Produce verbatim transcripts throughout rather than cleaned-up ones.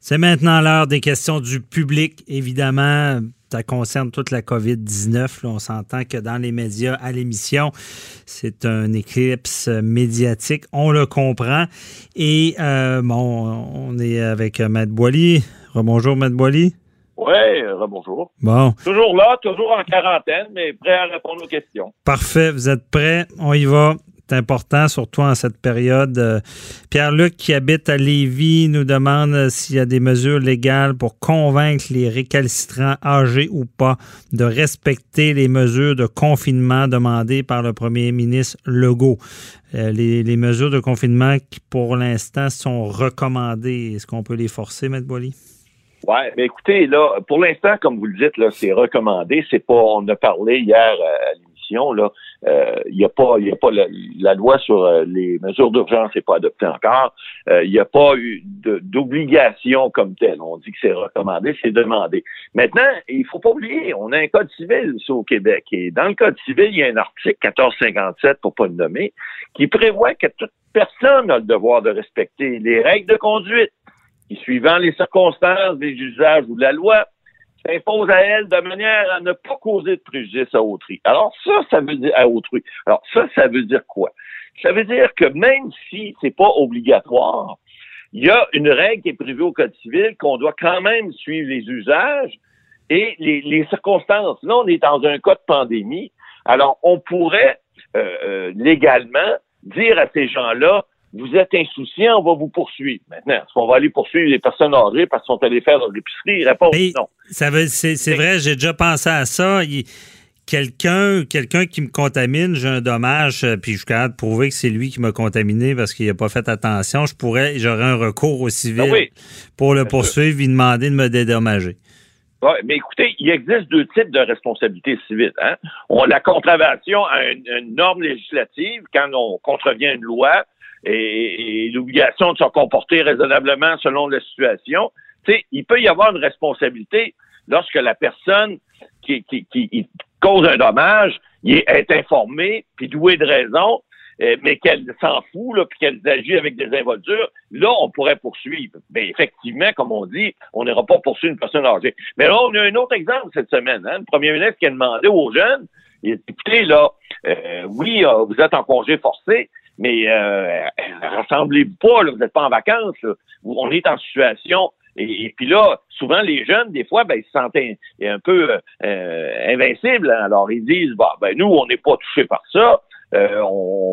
C'est maintenant l'heure des questions du public, évidemment. Ça concerne toute la covid dix-neuf. Là, on s'entend que dans les médias, à l'émission, c'est un éclipse médiatique. On le comprend. Et euh, bon, on est avec Maître Boily. Rebonjour, Maître Boily. Oui, rebonjour. Bon. Toujours là, toujours en quarantaine, mais prêt à répondre aux questions. Parfait. Vous êtes prêts? On y va. C'est important, surtout en cette période. Euh, Pierre-Luc, qui habite à Lévis, nous demande s'il y a des mesures légales pour convaincre les récalcitrants âgés ou pas de respecter les mesures de confinement demandées par le premier ministre Legault. Euh, les, les mesures de confinement qui, pour l'instant, sont recommandées. Est-ce qu'on peut les forcer, Maître Boily? Oui, mais écoutez, là, pour l'instant, comme vous le dites, là, c'est recommandé. C'est pas, on a parlé hier à l'émission, là, il euh, n'y a pas, il y a pas la, la loi sur euh, les mesures d'urgence n'est pas adoptée encore. Il euh, n'y a pas eu de, d'obligation comme telle. On dit que c'est recommandé, c'est demandé. Maintenant, il faut pas oublier, on a un code civil ici au Québec. Et dans le code civil, il y a un article quatorze cinquante-sept, pour pas le nommer, qui prévoit que toute personne a le devoir de respecter les règles de conduite qui, suivant les circonstances, les usages ou la loi, s'impose à elle de manière à ne pas causer de préjudice à autrui. Alors ça, ça veut dire à autrui. Alors ça, ça veut dire quoi? Ça veut dire que même si c'est pas obligatoire, il y a une règle qui est prévue au Code civil qu'on doit quand même suivre les usages et les, les circonstances. Là, on est dans un cas de pandémie. Alors, on pourrait euh, euh, légalement dire à ces gens-là, vous êtes insouciants, on va vous poursuivre. Maintenant, est-ce qu'on va aller poursuivre les personnes âgées parce qu'ils sont allés faire leur épicerie? Réponse non. Ça veut, c'est, c'est vrai, j'ai déjà pensé à ça. Il, quelqu'un, quelqu'un qui me contamine, j'ai un dommage, puis je suis capable de prouver que c'est lui qui m'a contaminé parce qu'il n'a pas fait attention. Je pourrais, j'aurais un recours au civil ah oui. pour le poursuivre et demander de me dédommager. Oui, mais écoutez, il existe deux types de responsabilités civiles. Hein? On, la contravention à une, une norme législative, quand on contrevient une loi, et, et l'obligation de se comporter raisonnablement selon la situation, tu sais, il peut y avoir une responsabilité lorsque la personne qui, qui, qui, qui cause un dommage il est, est informée, puis douée de raison, euh, mais qu'elle s'en fout, là, puis qu'elle agit avec des involtures, là, on pourrait poursuivre. Mais effectivement, comme on dit, on n'ira pas poursuivre une personne âgée. Mais là, on a un autre exemple cette semaine. Hein? Le premier ministre qui a demandé aux jeunes, écoutez, là, euh, oui, euh, vous êtes en congé forcé, mais euh, rassemblez-vous pas, là, vous n'êtes pas en vacances. Là. On est en situation. Et, et puis là, souvent, les jeunes, des fois, ben, ils se sentent un, un peu euh, invincibles. Hein. Alors, ils disent, bah, ben, nous, on n'est pas touchés par ça. Euh,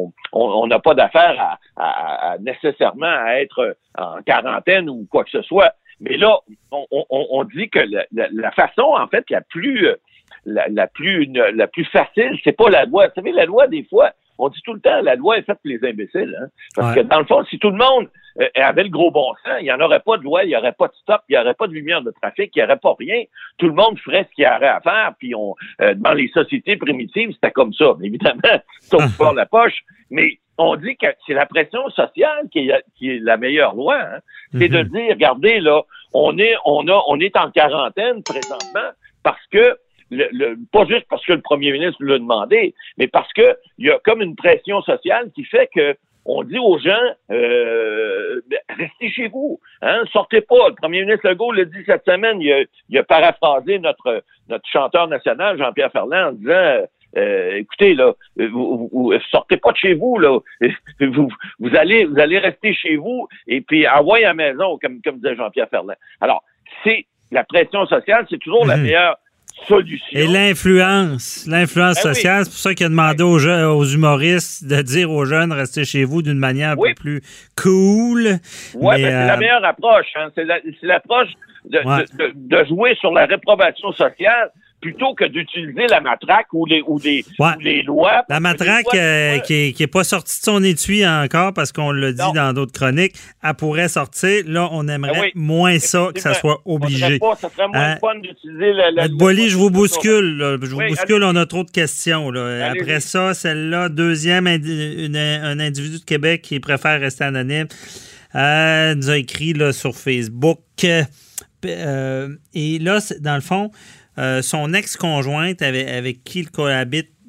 on n'a pas d'affaire à, à, à nécessairement à être en quarantaine ou quoi que ce soit. Mais là, on, on, on dit que la, la, la façon, en fait, la plus, la, la plus, la plus facile, c'est pas la loi. Vous savez, la loi, des fois, on dit tout le temps, la loi est faite pour les imbéciles. Hein? Parce ouais. que dans le fond, si tout le monde euh, avait le gros bon sens, il n'y en aurait pas de loi, il n'y aurait pas de stop, il n'y aurait pas de lumière de trafic, il n'y aurait pas rien. Tout le monde ferait ce qu'il y aurait à faire. Puis on, euh, dans les sociétés primitives, c'était comme ça. Mais évidemment, sauf par la poche. Mais on dit que c'est la pression sociale qui est, qui est la meilleure loi. Hein? C'est mm-hmm. de dire, regardez, là, on est, on a, on est en quarantaine présentement parce que Le, le, pas juste parce que le premier ministre l'a demandé, mais parce que il y a comme une pression sociale qui fait que on dit aux gens euh, restez chez vous, hein, sortez pas. Le premier ministre Legault l'a dit cette semaine, il a, il a paraphrasé notre notre chanteur national Jean-Pierre Ferland en disant euh, écoutez là, vous, vous, vous sortez pas de chez vous là, vous, vous allez vous allez rester chez vous et puis envoyez à la maison comme comme disait Jean-Pierre Ferland. Alors c'est la pression sociale, c'est toujours mmh. la meilleure solution. Et l'influence, l'influence ben sociale, oui. C'est pour ça qu'il a demandé aux, jeunes, aux humoristes de dire aux jeunes restez chez vous d'une manière un oui. peu plus cool. Oui, mais, mais euh... c'est la meilleure approche. Hein. C'est, la, c'est l'approche de, ouais. de, de, de jouer sur la réprobation sociale plutôt que d'utiliser la matraque ou les, ou les, ouais. ou les lois. La matraque lois, euh, qui n'est qui est pas sortie de son étui encore parce qu'on l'a dit non. dans d'autres chroniques, elle pourrait sortir. Là, on aimerait ben oui. moins ça, que ça soit obligé. Pas, ça serait moins euh, fun d'utiliser la... la Boily, je vous bouscule. Là, je vous oui, bouscule, allez. On a trop de questions. Là. Après ça, celle-là, deuxième, indi- une, un individu de Québec qui préfère rester anonyme, euh, nous a écrit là, sur Facebook. Euh, et là, dans le fond, Euh, son ex-conjointe avec, avec qui il cohabite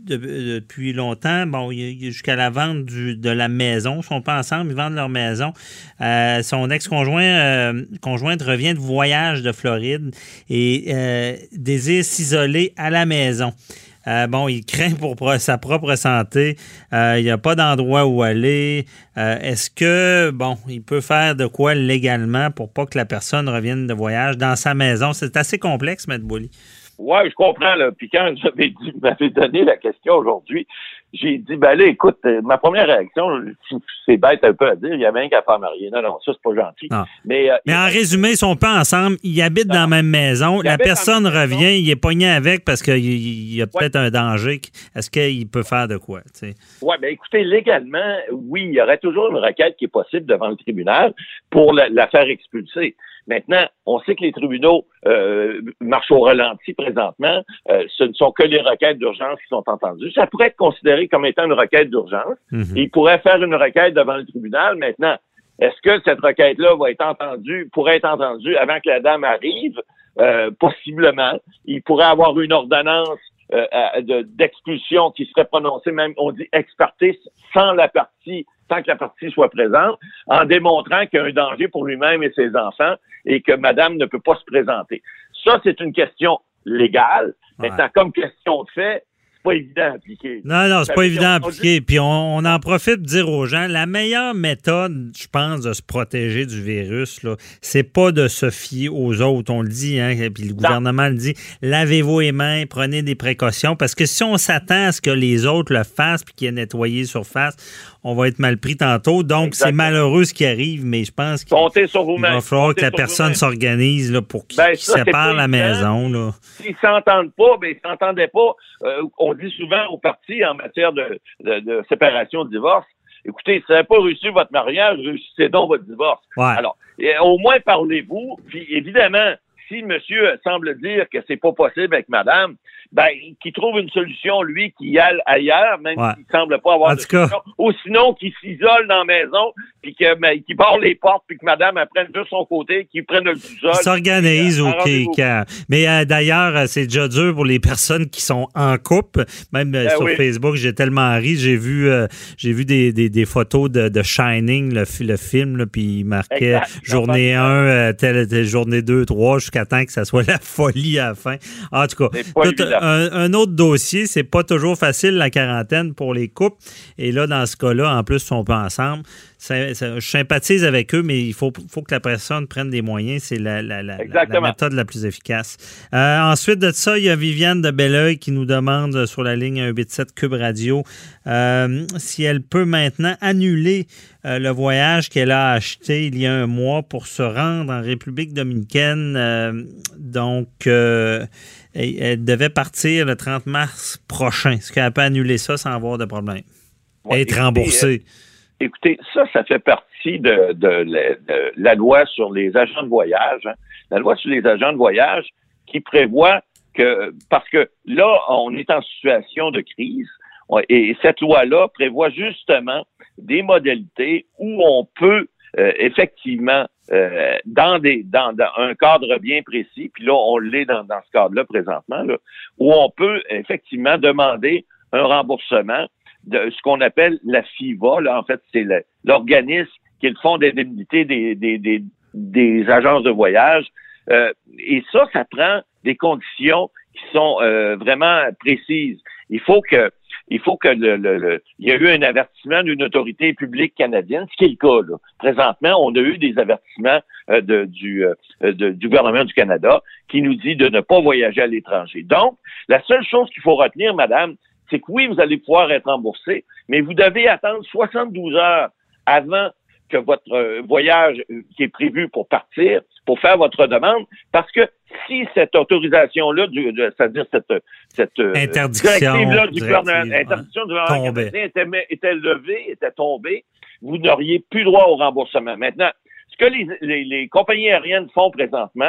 de, depuis longtemps, bon, jusqu'à la vente du, de la maison. Ils ne sont pas ensemble, ils vendent leur maison. Euh, son ex-conjoint euh, conjointe revient de voyage de Floride et euh, désire s'isoler à la maison. Euh, bon, il craint pour sa propre santé. Euh, il n'y a pas d'endroit où aller. Euh, est-ce que, bon, il peut faire de quoi légalement pour pas que la personne revienne de voyage dans sa maison? C'est assez complexe, M. Boily. Oui, je comprends. Là. Puis quand j'avais dit, m'avait donné la question aujourd'hui, j'ai dit, ben là, écoute, ma première réaction, c'est bête un peu à dire, il y avait un qu'à faire marier. Non, non, ça, c'est pas gentil. Non. Mais, euh, Mais en il... résumé, ils sont pas ensemble, ils habitent non. dans la même maison, il la personne revient, maison. Il est pogné avec parce qu'il y a peut-être ouais. un danger. Est-ce qu'il peut faire de quoi? Oui, bien écoutez, légalement, oui, il y aurait toujours une requête qui est possible devant le tribunal pour la, la faire expulser. Maintenant, on sait que les tribunaux euh, marchent au ralenti présentement. Euh, ce ne sont que les requêtes d'urgence qui sont entendues. Ça pourrait être considéré comme étant une requête d'urgence. Mm-hmm. Il pourrait faire une requête devant le tribunal. Maintenant, est-ce que cette requête-là va être entendue, pourrait être entendue avant que la dame arrive? Euh, possiblement. Il pourrait avoir une ordonnance euh, de, d'expulsion qui serait prononcée, même, on dit ex parte, sans la partie sans que la partie soit présente, en démontrant qu'il y a un danger pour lui-même et ses enfants et que madame ne peut pas se présenter. Ça, c'est une question légale. Ouais. Maintenant, comme question de fait, c'est pas évident à appliquer. Non, non, c'est pas évident à appliquer. Puis on, on en profite de dire aux gens, la meilleure méthode, je pense, de se protéger du virus, là, c'est pas de se fier aux autres. On le dit, hein, puis le gouvernement non. le dit, lavez-vous les mains, prenez des précautions, parce que si on s'attend à ce que les autres le fassent puis qu'il y ait nettoyé surface, on va être mal pris tantôt. Donc, exactement. C'est malheureux ce qui arrive, mais je pense qu'il va falloir Comptez que la personne s'organise là, pour qu'il ben, qu sépare la maison. Là. S'ils ne s'entendent pas, ben, ils ne s'entendaient pas. Euh, on dit souvent aux partis en matière de, de, de séparation, de divorce, écoutez, si vous n'avez pas réussi votre mariage, réussissez donc votre divorce. Ouais. Alors, et, au moins parlez-vous, puis évidemment, si monsieur semble dire que c'est pas possible avec madame, ben, qu'il trouve une solution, lui, qui aille ailleurs, même ouais. s'il semble pas avoir en de solution, ou sinon qu'il s'isole dans la maison, puis que, ben, qu'il barre les portes, puis que madame elle prenne juste son côté, qu'il prenne le sous-sol. Il s'organise, OK. Mais euh, d'ailleurs, c'est déjà dur pour les personnes qui sont en couple. Même euh, ben sur oui. Facebook, j'ai tellement ri, j'ai vu euh, j'ai vu des, des, des photos de, de Shining, le, le film, là, puis il marquait exact. journée un, euh, telle, telle journée deux, trois, jusqu'à temps que ça soit la folie à la fin. En tout cas, tout, un, un autre dossier, c'est pas toujours facile la quarantaine pour les couples. Et là, dans ce cas-là, en plus, ils sont pas ensemble. Ça, ça, je sympathise avec eux, mais il faut, faut que la personne prenne des moyens. C'est la, la, la, la, la méthode la plus efficace. Euh, ensuite de ça, il y a Viviane de Belleuil qui nous demande sur la ligne un huit sept Cube Radio euh, si elle peut maintenant annuler euh, le voyage qu'elle a acheté il y a un mois pour se rendre en République dominicaine. Euh, donc, euh, elle, elle devait partir le trente mars prochain. Est-ce qu'elle peut annuler ça sans avoir de problème? Ouais, être remboursée. Écoutez, ça, ça fait partie de, de, de, de la loi sur les agents de voyage. Hein. La loi sur les agents de voyage qui prévoit que, parce que là, on est en situation de crise, et cette loi-là prévoit justement des modalités où on peut euh, effectivement, euh, dans des dans, dans un cadre bien précis, puis là, on l'est dans, dans ce cadre-là présentement, là, où on peut effectivement demander un remboursement de ce qu'on appelle la FIVA. Là, en fait, c'est le, l'organisme qui est le fonds d'indemnité des, des, des, des agences de voyage. Euh, et ça, ça prend des conditions qui sont euh, vraiment précises. Il faut que il faut que le, le, le il y a eu un avertissement d'une autorité publique canadienne, ce qui est le cas, là. Présentement, on a eu des avertissements euh, de, du, euh, de, du gouvernement du Canada qui nous dit de ne pas voyager à l'étranger. Donc, la seule chose qu'il faut retenir, madame, c'est que oui, vous allez pouvoir être remboursé, mais vous devez attendre soixante-douze heures avant que votre euh, voyage euh, qui est prévu pour partir, pour faire votre demande, parce que si cette autorisation-là, du, de, c'est-à-dire cette, cette interdiction directive-là du gouvernement, interdiction du gouvernement canadien était, était levée, était tombée, vous n'auriez plus droit au remboursement. Maintenant, ce que les, les, les compagnies aériennes font présentement,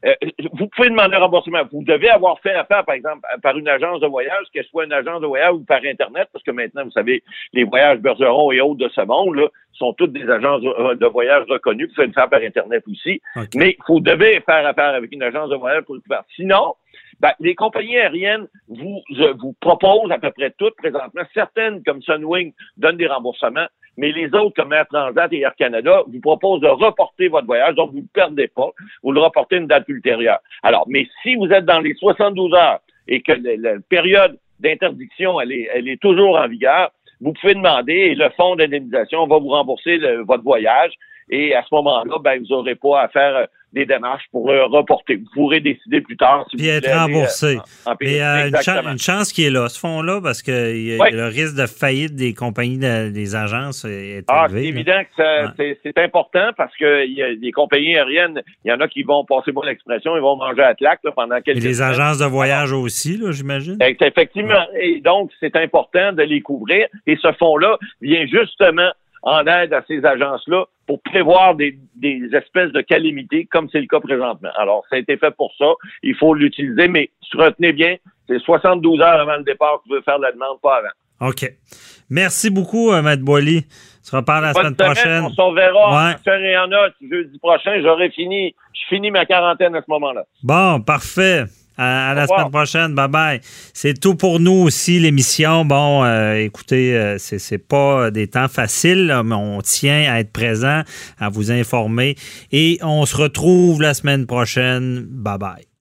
euh, vous pouvez demander un remboursement. Vous devez avoir fait affaire, par exemple, par une agence de voyage, que ce soit une agence de voyage ou par Internet, parce que maintenant, vous savez, les voyages Bergeron et autres de ce monde, là, sont toutes des agences de voyage reconnues. Vous faites faire par Internet aussi. Okay. Mais vous devez faire affaire avec une agence de voyage pour le faire. Sinon, ben, les compagnies aériennes vous, euh, vous proposent à peu près toutes présentement. Certaines, comme Sunwing, donnent des remboursements, mais les autres, comme Air Transat et Air Canada, vous proposent de reporter votre voyage, donc vous ne perdez pas, vous le reportez une date ultérieure. Alors, mais si vous êtes dans les soixante-douze heures et que la, la période d'interdiction, elle est, elle est toujours en vigueur, vous pouvez demander et le fonds d'indemnisation va vous rembourser le, votre voyage et à ce moment-là, ben, vous n'aurez pas à faire des démarches pour le reporter. Vous pourrez décider plus tard si Puis vous être voulez remboursé. Aller, euh, en, en Mais euh, une, ch- une chance qui est là, ce fonds-là, parce que y a, oui. le risque de faillite des compagnies, de, des agences est ah, élevé. C'est évident que ça, ouais. c'est, c'est important parce que y a des compagnies aériennes, il y en a qui vont, passez-moi l'expression, ils vont manger à claque là, pendant quelques Et les semaines. agences de voyage Alors, aussi, là, j'imagine. Effectivement. Ouais. Et donc, c'est important de les couvrir. Et ce fonds-là vient justement en aide à ces agences-là pour prévoir des, des espèces de calamités, comme c'est le cas présentement. Alors, ça a été fait pour ça. Il faut l'utiliser, mais retenez bien, c'est soixante-douze heures avant le départ que vous pouvez faire la demande, pas avant. OK. Merci beaucoup, euh, M. Boily. On se reparle la Bonne semaine prochaine. On se reverra ouais. en faire et en note jeudi prochain. J'aurai fini, je finis ma quarantaine à ce moment-là. Bon, parfait. À, à la semaine prochaine. Bye-bye. C'est tout pour nous aussi, l'émission. Bon, euh, écoutez, euh, c'est, c'est pas des temps faciles, là, mais on tient à être présent, à vous informer. Et on se retrouve la semaine prochaine. Bye-bye.